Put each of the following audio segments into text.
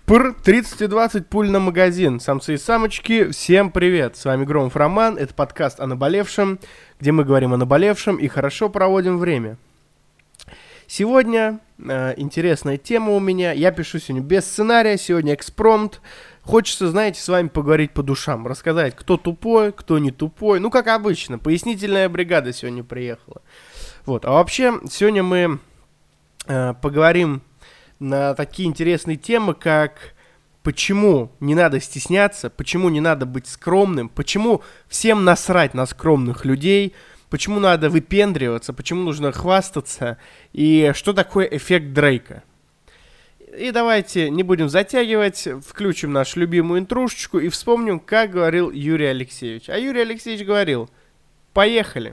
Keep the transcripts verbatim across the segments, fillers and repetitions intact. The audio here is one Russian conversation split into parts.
Пр, тридцать и двадцать, пуль на магазин. Самцы и самочки, всем привет. С вами Громов Роман, это подкаст о наболевшем, где мы говорим о наболевшем и хорошо проводим время. Сегодня э, интересная тема у меня. Я пишу сегодня без сценария, сегодня экспромт. Хочется, знаете, с вами поговорить по душам, рассказать, кто тупой, кто не тупой. Ну, как обычно, пояснительная бригада сегодня приехала. Вот, а вообще, сегодня мы э, поговорим на такие интересные темы, как почему не надо стесняться, почему не надо быть скромным, почему всем насрать на скромных людей, почему надо выпендриваться, почему нужно хвастаться и что такое эффект Дрейка. И давайте не будем затягивать, включим нашу любимую интрушечку и вспомним, как говорил Юрий Алексеевич. А Юрий Алексеевич говорил: поехали.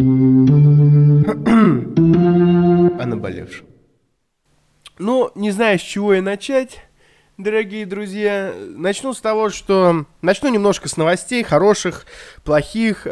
О наболевшем. Ну, не знаю, с чего и начать, дорогие друзья. Начну с того, что... Начну немножко с новостей, хороших, плохих.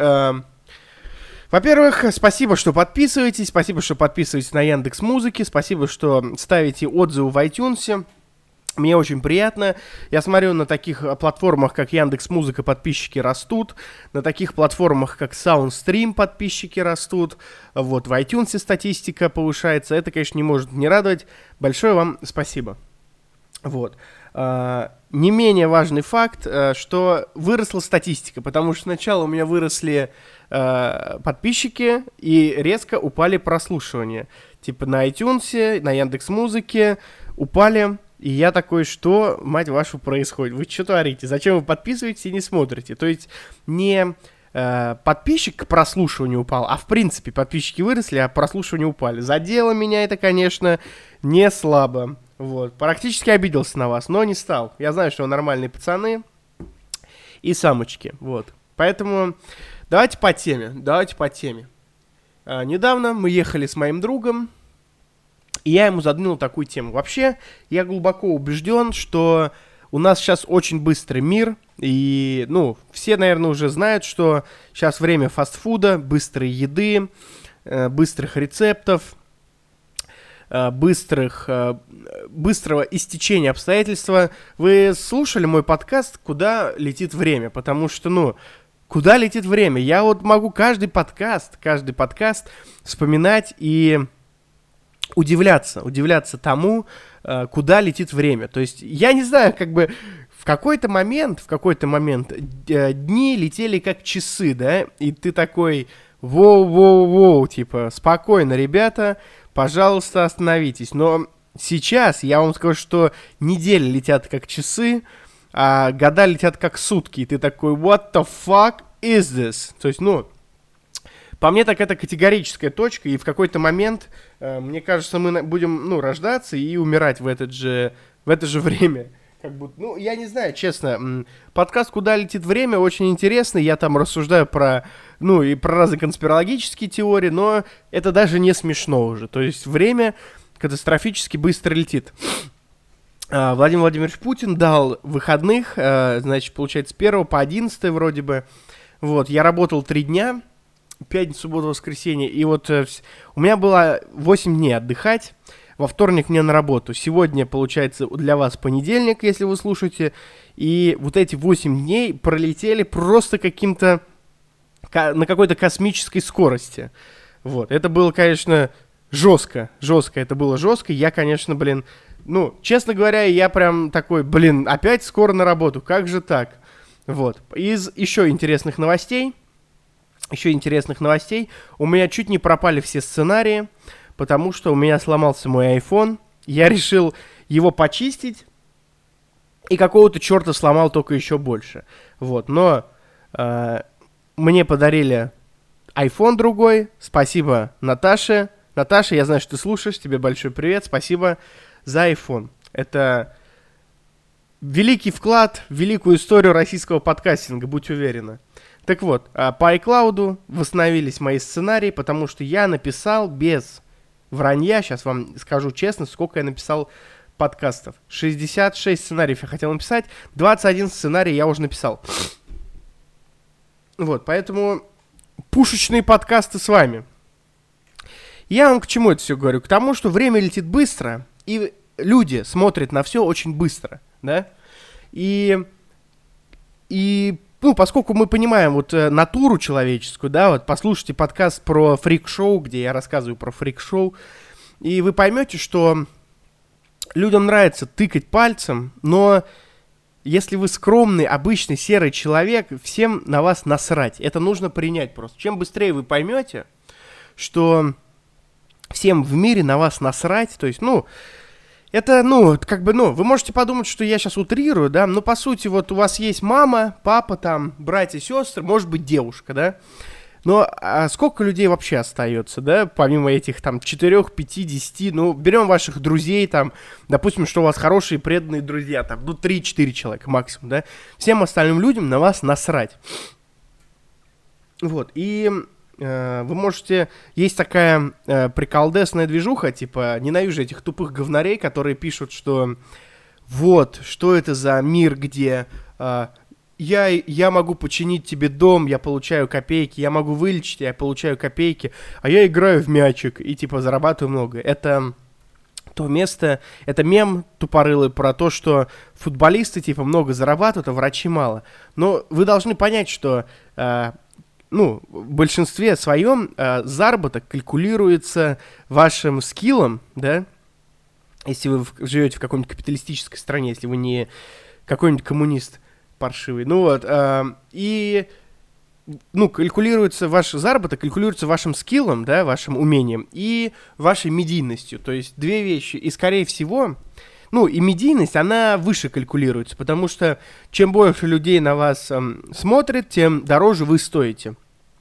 Во-первых, спасибо, что подписываетесь, спасибо, что подписываетесь на Яндекс.Музыке, спасибо, что ставите отзывы в iTunes. Мне очень приятно. Я смотрю, на таких платформах, как Яндекс.Музыка, подписчики растут. На таких платформах, как Soundstream, подписчики растут. Вот, в iTunes статистика повышается. Это, конечно, не может не радовать. Большое вам спасибо. Вот. Uh, не менее важный факт, uh, что выросла статистика, потому что сначала у меня выросли uh, подписчики и резко упали прослушивания. Типа на iTunes, на Яндекс.Музыке упали, и я такой: что, мать вашу, происходит? Вы что творите? Зачем вы подписываетесь и не смотрите? То есть не uh, подписчик к прослушиванию упал, а в принципе подписчики выросли, а прослушивания упали. Задело меня это, конечно, не слабо. Вот, практически обиделся на вас, но не стал. Я знаю, что вы нормальные пацаны и самочки, вот. Поэтому давайте по теме, давайте по теме. А, недавно мы ехали с моим другом, и я ему задвинул такую тему. Вообще, я глубоко убежден, что у нас сейчас очень быстрый мир, и, ну, все, наверное, уже знают, что сейчас время фастфуда, быстрой еды, э, быстрых рецептов, быстрых, быстрого истечения обстоятельства. Вы слушали мой подкаст «Куда летит время?» Потому что, ну, куда летит время? Я вот могу каждый подкаст, каждый подкаст вспоминать и удивляться, удивляться тому, куда летит время. То есть я не знаю, как бы в какой-то момент, в какой-то момент дни летели как часы, да, и ты такой: воу-воу-воу, типа, спокойно, ребята, пожалуйста, остановитесь. Но сейчас я вам скажу, что недели летят как часы, а года летят как сутки. И ты такой: what the fuck is this? То есть, ну, по мне так это категорическая точка. И в какой-то момент, э, мне кажется, мы будем, ну, рождаться и умирать в, этот же, в это же время. Как будто, ну, я не знаю, честно, подкаст «Куда летит время» очень интересный, я там рассуждаю про, ну, и про разные конспирологические теории, но это даже не смешно уже, то есть время катастрофически быстро летит. А, Владимир Владимирович Путин дал выходных, а, значит, получается, с первого по одиннадцатое вроде бы, вот, я работал три дня, пятница, суббота, воскресенье, и вот э, у меня было восемь дней отдыхать. Во вторник мне на работу. Сегодня, получается, для вас понедельник, если вы слушаете. И вот эти восемь дней пролетели просто каким-то... на какой-то космической скорости. Вот. Это было, конечно, жестко. Жестко. Это было жестко. Я, конечно, блин... Ну, честно говоря, я прям такой: блин, опять скоро на работу. Как же так? Вот. Из еще интересных новостей... Еще интересных новостей. У меня чуть не пропали все сценарии, потому что у меня сломался мой iPhone, я решил его почистить, и какого-то черта сломал только еще больше. Вот, но э, мне подарили iPhone другой, спасибо Наташе. Наташа, я знаю, что ты слушаешь, тебе большой привет, спасибо за iPhone. Это великий вклад в великую историю российского подкастинга, будь уверена. Так вот, по iCloud восстановились мои сценарии, потому что я написал без вранья, сейчас вам скажу честно, сколько я написал подкастов. шестьдесят шесть сценариев я хотел написать, двадцать один сценарий я уже написал. Вот, поэтому пушечные подкасты с вами. Я вам к чему это все говорю? К тому, что время летит быстро, и люди смотрят на все очень быстро. да, и, и ну, поскольку мы понимаем вот э, натуру человеческую, да, вот послушайте подкаст про фрик-шоу, где я рассказываю про фрик-шоу, и вы поймете, что людям нравится тыкать пальцем, но если вы скромный, обычный, серый человек, всем на вас насрать. Это нужно принять просто. Чем быстрее вы поймете, что всем в мире на вас насрать, то есть, ну, это, ну, как бы, ну, вы можете подумать, что я сейчас утрирую, да, но по сути вот у вас есть мама, папа, там, братья, сестры, может быть, девушка, да, но а сколько людей вообще остается, да, помимо этих там четырех, пяти, десяти, ну, берем ваших друзей, там, допустим, что у вас хорошие преданные друзья, там, ну, три-четыре человека максимум, да, всем остальным людям на вас насрать. Вот, и э, вы можете, есть такая э, приколдесная движуха, типа, ненавижу этих тупых говнарей, которые пишут, что вот, что это за мир, где... Э, Я, я могу починить тебе дом, я получаю копейки, я могу вылечить, я получаю копейки, а я играю в мячик и, типа, зарабатываю много. Это то место, это мем тупорылый про то, что футболисты, типа, много зарабатывают, а врачи мало. Но вы должны понять, что, э, ну, в большинстве своем э, заработок калькулируется вашим скиллом, да, если вы в, живете в какой-нибудь капиталистической стране, если вы не какой-нибудь коммунист паршивый. Ну вот, э, и, ну, калькулируется ваш заработок, калькулируется вашим скиллом, да, вашим умением и вашей медийностью. То есть две вещи. И, скорее всего, ну, и медийность, она выше калькулируется, потому что чем больше людей на вас э, смотрит, тем дороже вы стоите.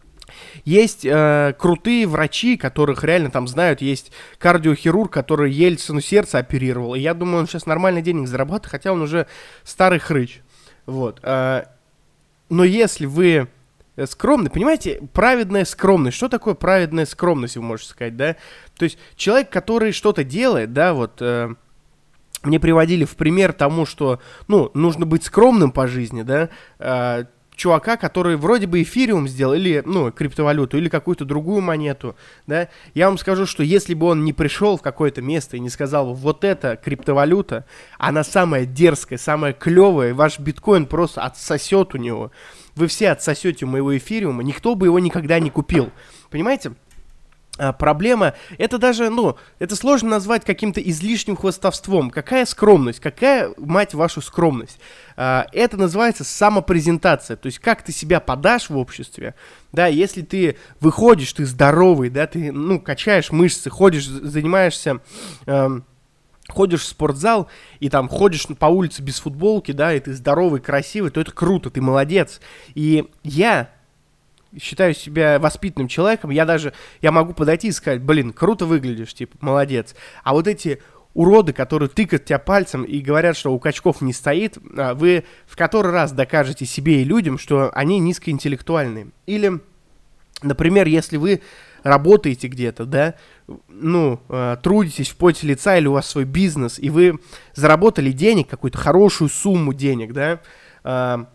Есть э, крутые врачи, которых реально там знают, есть кардиохирург, который Ельцину сердце оперировал, и я думаю, он сейчас нормально денег зарабатывает, хотя он уже старый хрыч. Вот. А, но если вы скромный, понимаете, праведная скромность. Что такое праведная скромность, вы можете сказать, да? То есть человек, который что-то делает, да, вот э, мне приводили в пример тому, что, ну, нужно быть скромным по жизни, да, э, чувака, который вроде бы эфириум сделал, или, ну, криптовалюту, или какую-то другую монету, да, я вам скажу, что если бы он не пришел в какое-то место и не сказал, вот эта криптовалюта, она самая дерзкая, самая клевая, и ваш биткоин просто отсосет у него, вы все отсосете у моего эфириума, никто бы его никогда не купил, понимаете? А, проблема, это даже, ну, это сложно назвать каким-то излишним хвастовством. Какая скромность, какая, мать вашу, скромность? А, это называется самопрезентация, то есть как ты себя подашь в обществе, да, если ты выходишь, ты здоровый, да, ты, ну, качаешь мышцы, ходишь, занимаешься... Эм, ходишь в спортзал и там ходишь по улице без футболки, да, и ты здоровый, красивый, то это круто, ты молодец. И я... считаю себя воспитанным человеком, я даже, я могу подойти и сказать, блин, круто выглядишь, типа, молодец. А вот эти уроды, которые тыкают тебя пальцем и говорят, что у качков не стоит, вы в который раз докажете себе и людям, что они низкоинтеллектуальные. Или, например, если вы работаете где-то, да, ну, э, трудитесь в поте лица, или у вас свой бизнес, и вы заработали денег, какую-то хорошую сумму денег, да, э,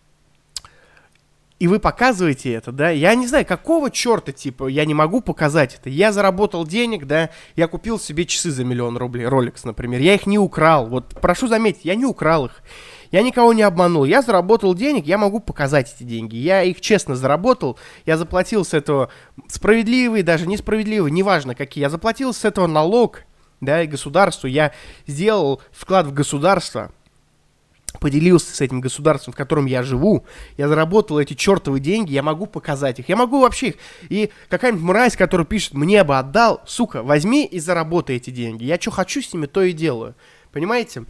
и вы показываете это, да, я не знаю, какого черта, типа, я не могу показать это. Я заработал денег, да, я купил себе часы за миллион рублей, Rolex, например, я их не украл, вот, прошу заметить, я не украл их, я никого не обманул, я заработал денег, я могу показать эти деньги, я их честно заработал, я заплатил с этого справедливый, даже несправедливый, неважно какие, я заплатил с этого налог, да, и государству, я сделал вклад в государство, поделился с этим государством, в котором я живу, я заработал эти чертовы деньги, я могу показать их, я могу вообще их, и какая-нибудь мразь, которая пишет, мне бы отдал, сука, возьми и заработай эти деньги, я что хочу с ними, то и делаю, понимаете?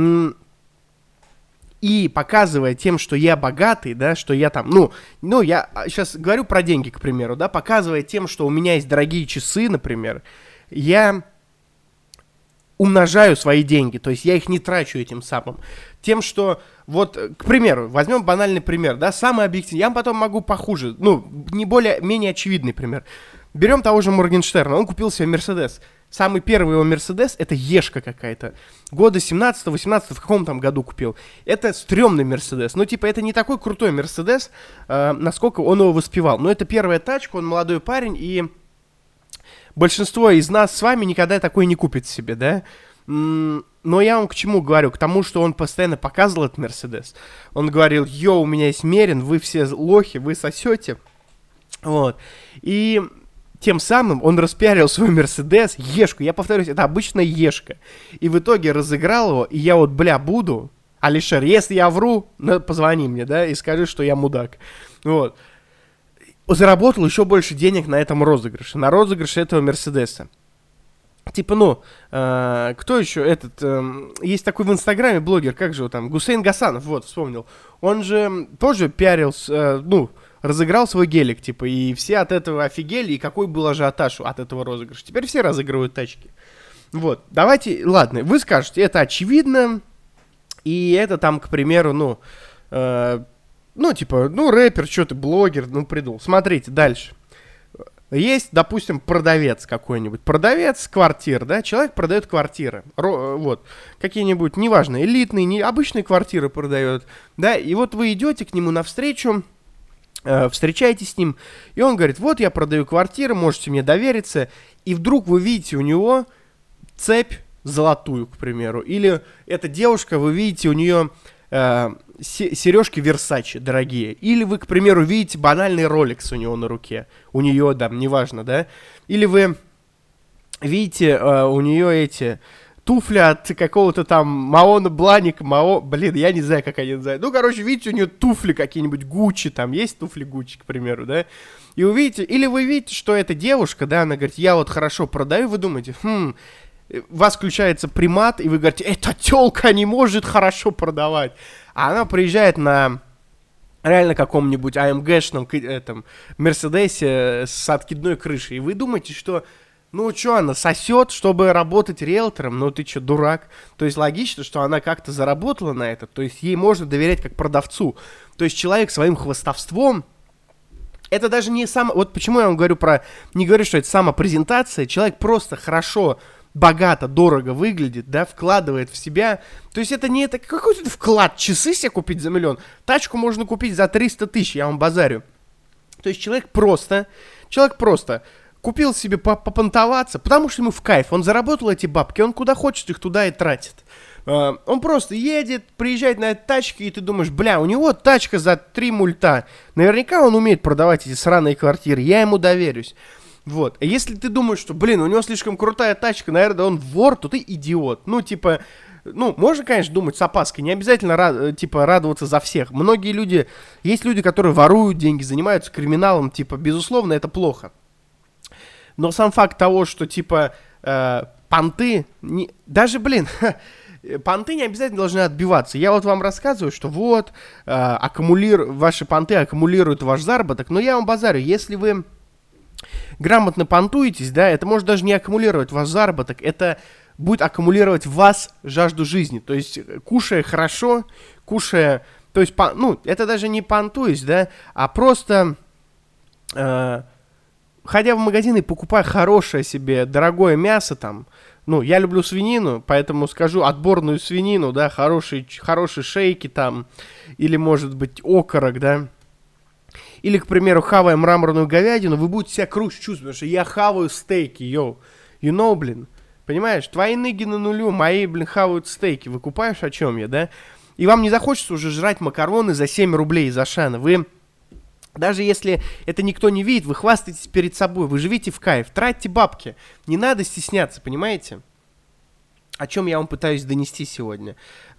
И показывая тем, что я богатый, да, что я там, ну, ну, я сейчас говорю про деньги, к примеру, да, показывая тем, что у меня есть дорогие часы, например, я умножаю свои деньги, то есть я их не трачу этим самым. Тем, что, вот, к примеру, возьмем банальный пример, да, самый объективный, я потом могу похуже, ну, не более, менее очевидный пример. Берем того же Моргенштерна, он купил себе Мерседес. Самый первый его Мерседес, это ешка какая-то. Года семнадцатого-восемнадцатого, в каком там году купил. Это стрёмный Мерседес. Ну, типа, это не такой крутой Мерседес, э, насколько он его воспевал. Но это первая тачка, он молодой парень, и большинство из нас с вами никогда такой не купит себе, да? М- но я вам к чему говорю? К тому, что он постоянно показывал этот Мерседес. Он говорил, йоу, у меня есть Мерин, вы все лохи, вы сосете. Вот. И тем самым он распиарил свой Мерседес, Ешку. Я повторюсь, это обычная Ешка. И в итоге разыграл его, и я вот, бля, буду... Алишер, если я вру, ну, позвони мне, да, и скажи, что я мудак. Вот. Заработал еще больше денег на этом розыгрыше, на розыгрыше этого Мерседеса. Типа, ну, э, кто еще этот, э, есть такой в Инстаграме блогер, как же его там, Гусейн Гасанов, вот, вспомнил. Он же тоже пиарил, э, ну, разыграл свой гелик, типа, и все от этого офигели, и какой был ажиотаж от этого розыгрыша. Теперь все разыгрывают тачки. Вот, давайте, ладно, вы скажете, это очевидно, и это там, к примеру, ну, э, ну, типа, ну, рэпер, что ты, блогер, ну, придумал. Смотрите, дальше. Есть, допустим, продавец какой-нибудь. Продавец квартир, да, человек продает квартиры. Ро, вот, какие-нибудь, неважно, элитные, не, обычные квартиры продает, да, и вот вы идете к нему навстречу, э, встречаетесь с ним, и он говорит, вот, я продаю квартиры, можете мне довериться, и вдруг вы видите у него цепь золотую, к примеру, или эта девушка, вы видите у нее э, сережки Versace дорогие, или вы, к примеру, видите банальный Rolex у него на руке, у нее, да, неважно, да, или вы видите э, у нее эти туфли от какого-то там Маона Бланик, Мао, блин, я не знаю, как они называют, ну, короче, видите у нее туфли какие-нибудь Гуччи, там есть туфли Гуччи, к примеру, да, и увидите, или вы видите, что эта девушка, да, она говорит, я вот хорошо продаю, вы думаете, хм, у вас включается примат, и вы говорите, эта тёлка не может хорошо продавать. А она приезжает на реально каком-нибудь АМГшном этом Мерседесе с откидной крышей. И вы думаете, что, ну что, она сосет, чтобы работать риэлтором? Ну ты что, дурак? То есть логично, что она как-то заработала на это. То есть ей можно доверять как продавцу. То есть человек своим хвастовством... Это даже не само... Вот почему я вам говорю про... Не говорю, что это самопрезентация. Человек просто хорошо... богато, дорого выглядит, да, вкладывает в себя. То есть это не это какой-то вклад, часы себе купить за миллион. Тачку можно купить за триста тысяч, я вам базарю. То есть человек просто, человек просто купил себе попонтоваться, потому что ему в кайф. Он заработал эти бабки, он куда хочет их туда и тратит. Uh, он просто едет, приезжает на этой тачке, и ты думаешь, бля, у него тачка за три мульта. Наверняка он умеет продавать эти сраные квартиры, я ему доверюсь. Вот, а если ты думаешь, что, блин, у него слишком крутая тачка, наверное, он вор, то ты идиот. Ну, типа, ну, можно, конечно, думать с опаской, не обязательно, рад, типа, радоваться за всех. Многие люди, есть люди, которые воруют деньги, занимаются криминалом, типа, безусловно, это плохо. Но сам факт того, что, типа, э, понты, не, даже, блин, понты не обязательно должны отбиваться. Я вот вам рассказываю, что вот, э, аккумулиру... ваши понты аккумулируют ваш заработок, но я вам базарю, если вы... грамотно понтуетесь, да, это может даже не аккумулировать ваш заработок, это будет аккумулировать в вас жажду жизни, то есть кушая хорошо, кушая, то есть, ну, это даже не понтуясь, да, а просто э, ходя в магазин и покупая хорошее себе дорогое мясо там, ну, я люблю свинину, поэтому скажу отборную свинину, да, хорошие, хорошие шейки там, или, может быть, окорок, да. Или, к примеру, хавая мраморную говядину, вы будете себя круче чувствовать, потому что я хаваю стейки, йоу. You know, блин. Понимаешь, твои ныги на нулю, мои, блин, хавают стейки. Выкупаешь, о чем я, да? И вам не захочется уже жрать макароны за семь рублей из Ашана. Вы, даже если это никто не видит, вы хвастаетесь перед собой, вы живите в кайф, тратьте бабки. Не надо стесняться, понимаете? О чем я вам пытаюсь донести сегодня.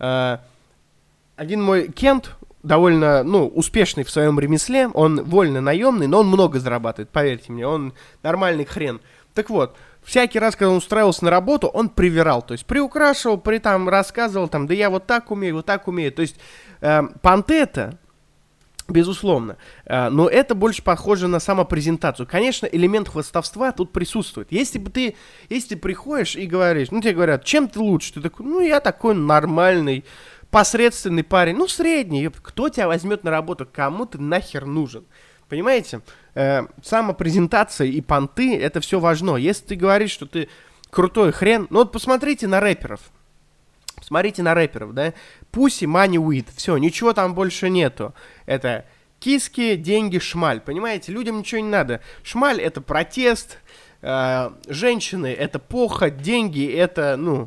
Один мой Кент... довольно, ну, успешный в своем ремесле, он вольно наемный, но он много зарабатывает, поверьте мне, он нормальный хрен. Так вот, всякий раз, когда он устраивался на работу, он привирал, то есть приукрашивал, при там рассказывал, там, да я вот так умею, вот так умею, то есть э, понты это, безусловно, э, но это больше похоже на самопрезентацию. Конечно, элемент хвастовства тут присутствует. Если бы ты, если ты приходишь и говоришь, ну, тебе говорят, чем ты лучше, ты такой, ну, я такой нормальный, посредственный парень, ну, средний, кто тебя возьмет на работу, кому ты нахер нужен, понимаете? Э, самопрезентация и понты, это все важно. Если ты говоришь, что ты крутой хрен, ну, вот посмотрите на рэперов, смотрите на рэперов, да, Pussy, Money, Weed, все, ничего там больше нету, это киски, деньги, шмаль, понимаете, людям ничего не надо, шмаль это протест, э, женщины это похоть, деньги это, ну,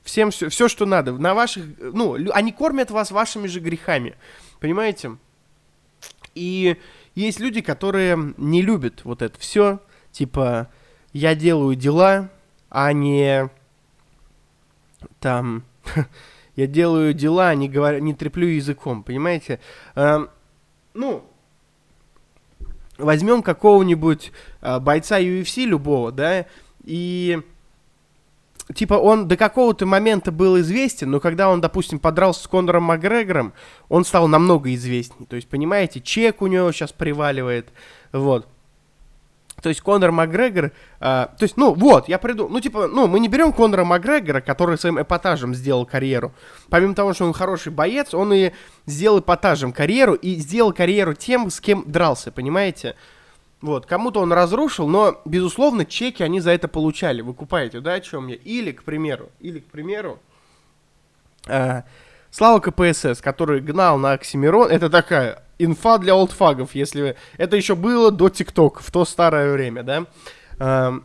всем все, все, что надо. На ваших, ну, они кормят вас вашими же грехами. Понимаете? И есть люди, которые не любят вот это все. Типа, я делаю дела, а не там... Я делаю дела, не, говорю, не треплю языком, понимаете? А, ну, возьмем какого-нибудь а, бойца ю эф си любого, да, и... Типа, он до какого-то момента был известен, но когда он, допустим, подрался с Конором Макгрегором, он стал намного известней. То есть, понимаете, чек у него сейчас приваливает, вот. То есть Конор Макгрегор, а, то есть, ну, вот, я приду, ну, типа, ну, мы не берем Конора Макгрегора, который своим эпатажем сделал карьеру. Помимо того, что он хороший боец, он и сделал эпатажем карьеру, и сделал карьеру тем, с кем дрался, понимаете? Вот, кому-то он разрушил, но, безусловно, чеки они за это получали. Вы купаете, да, о чем я? Или, к примеру, или, к примеру, а, Слава ка пэ эс эс, который гнал на Оксимирон, это такая... Инфа для олдфагов, если вы... Это еще было до ТикТока, в то старое время, да? А,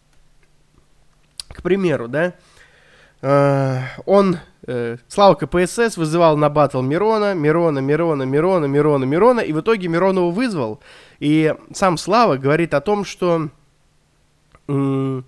к примеру, да? А, он, э, Слава ка пэ эс эс вызывал на баттл Мирона, Мирона, Мирона, Мирона, Мирона, Мирона, и в итоге Мирон его вызвал. И сам Слава говорит о том, что... М-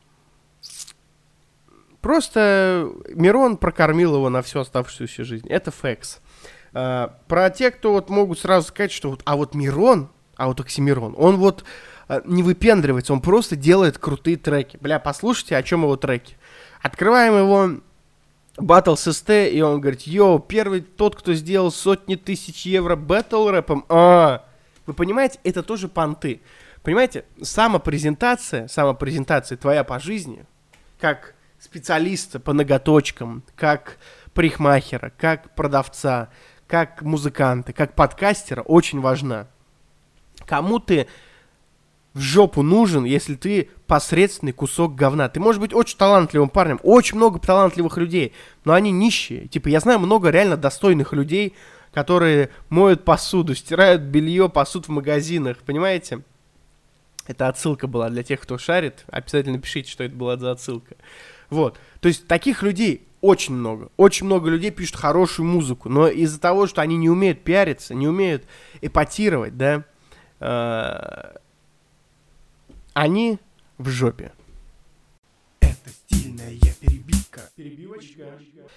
просто Мирон прокормил его на всю оставшуюся жизнь. Это фэкс. Uh, про тех, кто вот могут сразу сказать, что вот, а вот Мирон, а вот Оксимирон, он вот uh, не выпендривается, он просто делает крутые треки. Бля, послушайте, о чем его треки. Открываем его Battle с эс тэ, и он говорит, йоу, первый тот, кто сделал сотни тысяч евро бэтл рэпом. А, вы понимаете, это тоже понты. Понимаете, самопрезентация, самопрезентация твоя по жизни, как специалиста по ноготочкам, как парикмахера, как продавца, как музыканта, как подкастера очень важна. Кому ты в жопу нужен, если ты посредственный кусок говна? Ты можешь быть очень талантливым парнем, очень много талантливых людей, но они нищие. Типа, я знаю много реально достойных людей, которые моют посуду, стирают белье, пасут в магазинах, понимаете? Это отсылка была для тех, кто шарит. Обязательно пишите, что это была за отсылка. Вот. То есть таких людей очень много. Очень много людей пишут хорошую музыку, но из-за того, что они не умеют пиариться, не умеют эпатировать, да, э- они в жопе. Это стильная перебивка. Перебивочка.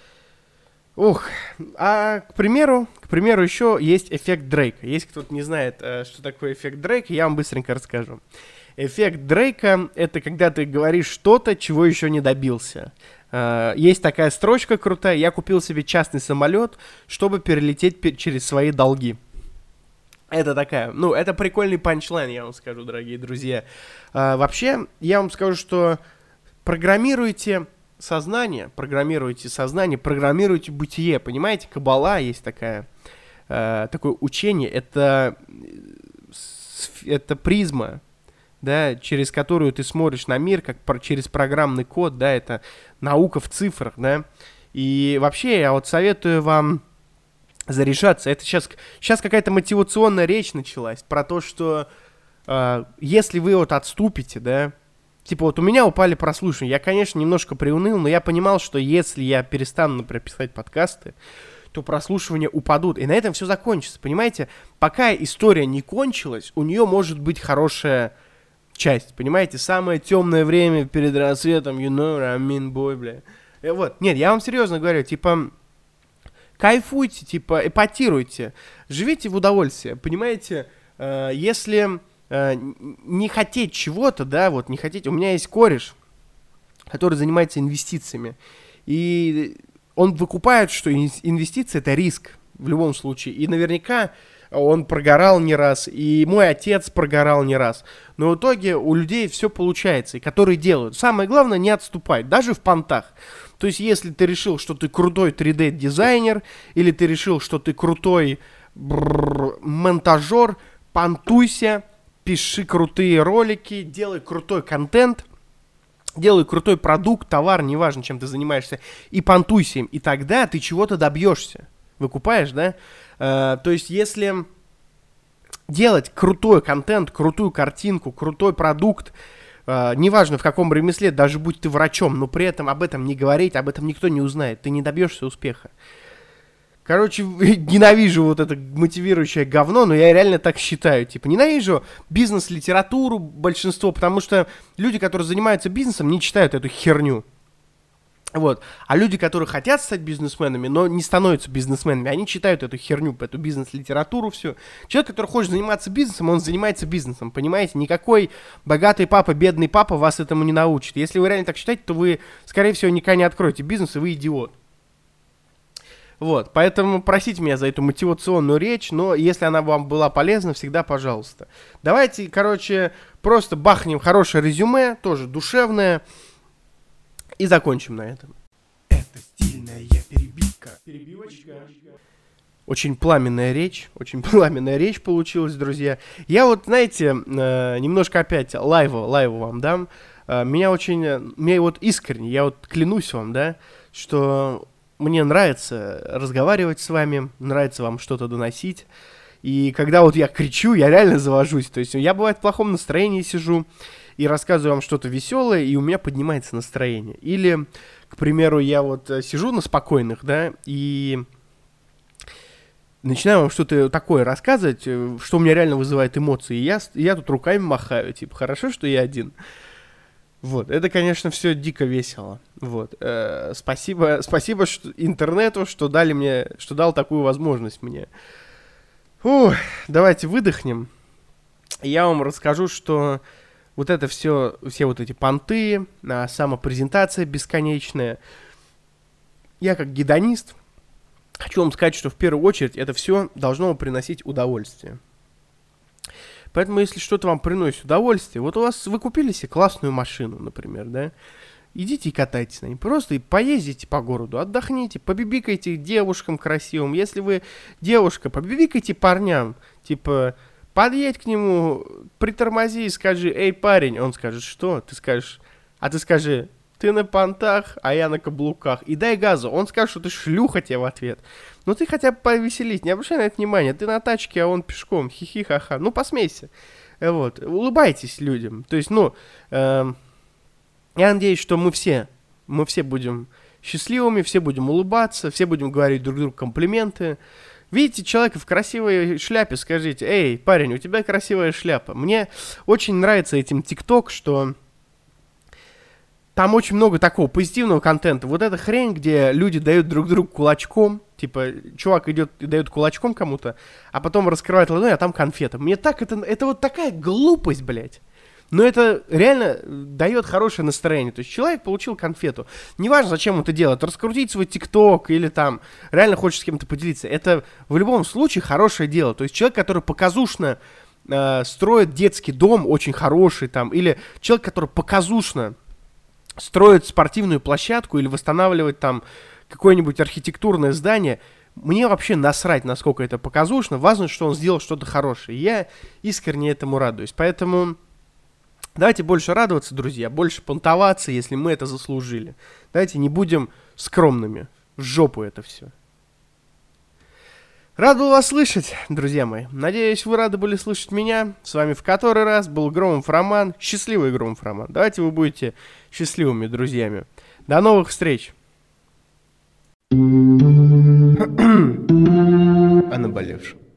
Ух, а, к примеру, к примеру, еще есть эффект Дрейка. Если кто-то не знает, э, что такое эффект Дрейка, я вам быстренько расскажу. Эффект Дрейка — это когда ты говоришь что-то, чего еще не добился. Uh, есть такая строчка крутая: я купил себе частный самолет, чтобы перелететь пер- через свои долги. Это такая, ну, это прикольный панчлайн, я вам скажу, дорогие друзья. Uh, вообще, я вам скажу, что программируйте сознание, программируйте сознание, программируйте бытие, понимаете? Каббала есть такая, uh, такое учение, это, это призма, да, через которую ты смотришь на мир, как про, через программный код, да, это наука в цифрах, да, и вообще я вот советую вам зарешаться. Это сейчас, сейчас какая-то мотивационная речь началась про то, что э, если вы вот отступите, да, типа вот у меня упали прослушивания, я, конечно, немножко приуныл, но я понимал, что если я перестану, например, писать подкасты, то прослушивания упадут, и на этом все закончится, понимаете? Пока история не кончилась, у нее может быть хорошая часть, понимаете? Самое темное время перед рассветом, you know, I mean, boy, бля. И вот, нет, я вам серьезно говорю, типа, кайфуйте, типа, эпатируйте, живите в удовольствие, понимаете? Э, если э, не хотеть чего-то, да, вот, не хотеть, у меня есть кореш, который занимается инвестициями, и он выкупает, что инвестиции — это риск в любом случае, и наверняка он прогорал не раз, и мой отец прогорал не раз. Но в итоге у людей все получается, и которые делают. Самое главное — не отступать, даже в понтах. То есть, если ты решил, что ты крутой три дэ-дизайнер, или ты решил, что ты крутой бррр, монтажер, понтуйся, пиши крутые ролики, делай крутой контент, делай крутой продукт, товар, неважно, чем ты занимаешься, и понтуйся им, и тогда ты чего-то добьешься. Выкупаешь, да? Uh, то есть, если делать крутой контент, крутую картинку, крутой продукт, э, неважно в каком ремесле, даже будь ты врачом, но при этом об этом не говорить, об этом никто не узнает, ты не добьешься успеха. Короче, ненавижу вот это мотивирующее говно, но я реально так считаю. Типа, ненавижу бизнес-литературу большинство, потому что люди, которые занимаются бизнесом, не читают эту херню. Вот. А люди, которые хотят стать бизнесменами, но не становятся бизнесменами, они читают эту херню, эту бизнес-литературу, все. Человек, который хочет заниматься бизнесом, он занимается бизнесом, понимаете? Никакой богатый папа, бедный папа вас этому не научит. Если вы реально так считаете, то вы, скорее всего, никогда не откроете бизнес, и вы идиот. Вот, поэтому простите меня за эту мотивационную речь, но если она вам была полезна, всегда пожалуйста. Давайте, короче, просто бахнем хорошее резюме, тоже душевное, и закончим на этом. Это стильная перебивка. Перебивочка. Очень пламенная речь, очень пламенная речь получилась, друзья. Я вот, знаете, немножко опять лайва, лайва вам дам. Меня очень, мне вот искренне, я вот клянусь вам, да, что... Мне нравится разговаривать с вами, нравится вам что-то доносить. И когда вот я кричу, я реально завожусь. То есть я, бывает, в плохом настроении сижу и рассказываю вам что-то веселое, и у меня поднимается настроение. Или, к примеру, я вот сижу на спокойных, да, и начинаю вам что-то такое рассказывать, что у меня реально вызывает эмоции. И я, я тут руками махаю, типа, хорошо, что я один. Вот, это, конечно, все дико весело. Вот, э, спасибо, спасибо что, интернету, что дали мне, что дал такую возможность мне. Фу, давайте выдохнем. Я вам расскажу, что вот это все, все вот эти понты, а, самопрезентация бесконечная. Я как гедонист хочу вам сказать, что в первую очередь это все должно вам приносить удовольствие. Поэтому, если что-то вам приносит удовольствие, вот у вас, вы купили себе классную машину, например, да, идите и катайтесь на ней, просто и поездите по городу, отдохните, побибикайте девушкам красивым, если вы девушка, побибикайте парням, типа, подъедь к нему, притормози и скажи, эй, парень, он скажет, что? Ты скажешь, а ты скажи, ты на понтах, а я на каблуках, и дай газу, он скажет, что ты шлюха тебе в ответ. Ну ты хотя бы повеселись, не обращай на это внимания, ты на тачке, а он пешком, хихи-ха-ха, ну посмейся, вот, улыбайтесь людям, то есть, ну, э, я надеюсь, что мы все, мы все будем счастливыми, все будем улыбаться, все будем говорить друг другу комплименты. Видите человека в красивой шляпе, скажите, эй, парень, у тебя красивая шляпа. Мне очень нравится этим ТикТок, что... Там очень много такого позитивного контента. Вот эта хрень, где люди дают друг другу кулачком. Типа, чувак идет и дает кулачком кому-то, а потом раскрывает ладонь, а там конфета. Мне так это... Это вот такая глупость, блядь. Но это реально дает хорошее настроение. То есть человек получил конфету. Неважно, зачем он это делает. Раскрутить свой ТикТок или там реально хочет с кем-то поделиться. Это в любом случае хорошее дело. То есть человек, который показушно э, строит детский дом, очень хороший там. Или человек, который показушно строит спортивную площадку или восстанавливает там какое-нибудь архитектурное здание, мне вообще насрать, насколько это показушно. Важно, что он сделал что-то хорошее. Я искренне этому радуюсь. Поэтому давайте больше радоваться, друзья, больше понтоваться, если мы это заслужили. Давайте не будем скромными. В жопу это все. Рад был вас слышать, друзья мои. Надеюсь, вы рады были слышать меня. С вами в который раз был Громов Роман. Счастливый Громов Роман. Давайте вы будете счастливыми друзьями. До новых встреч. О наболевшем.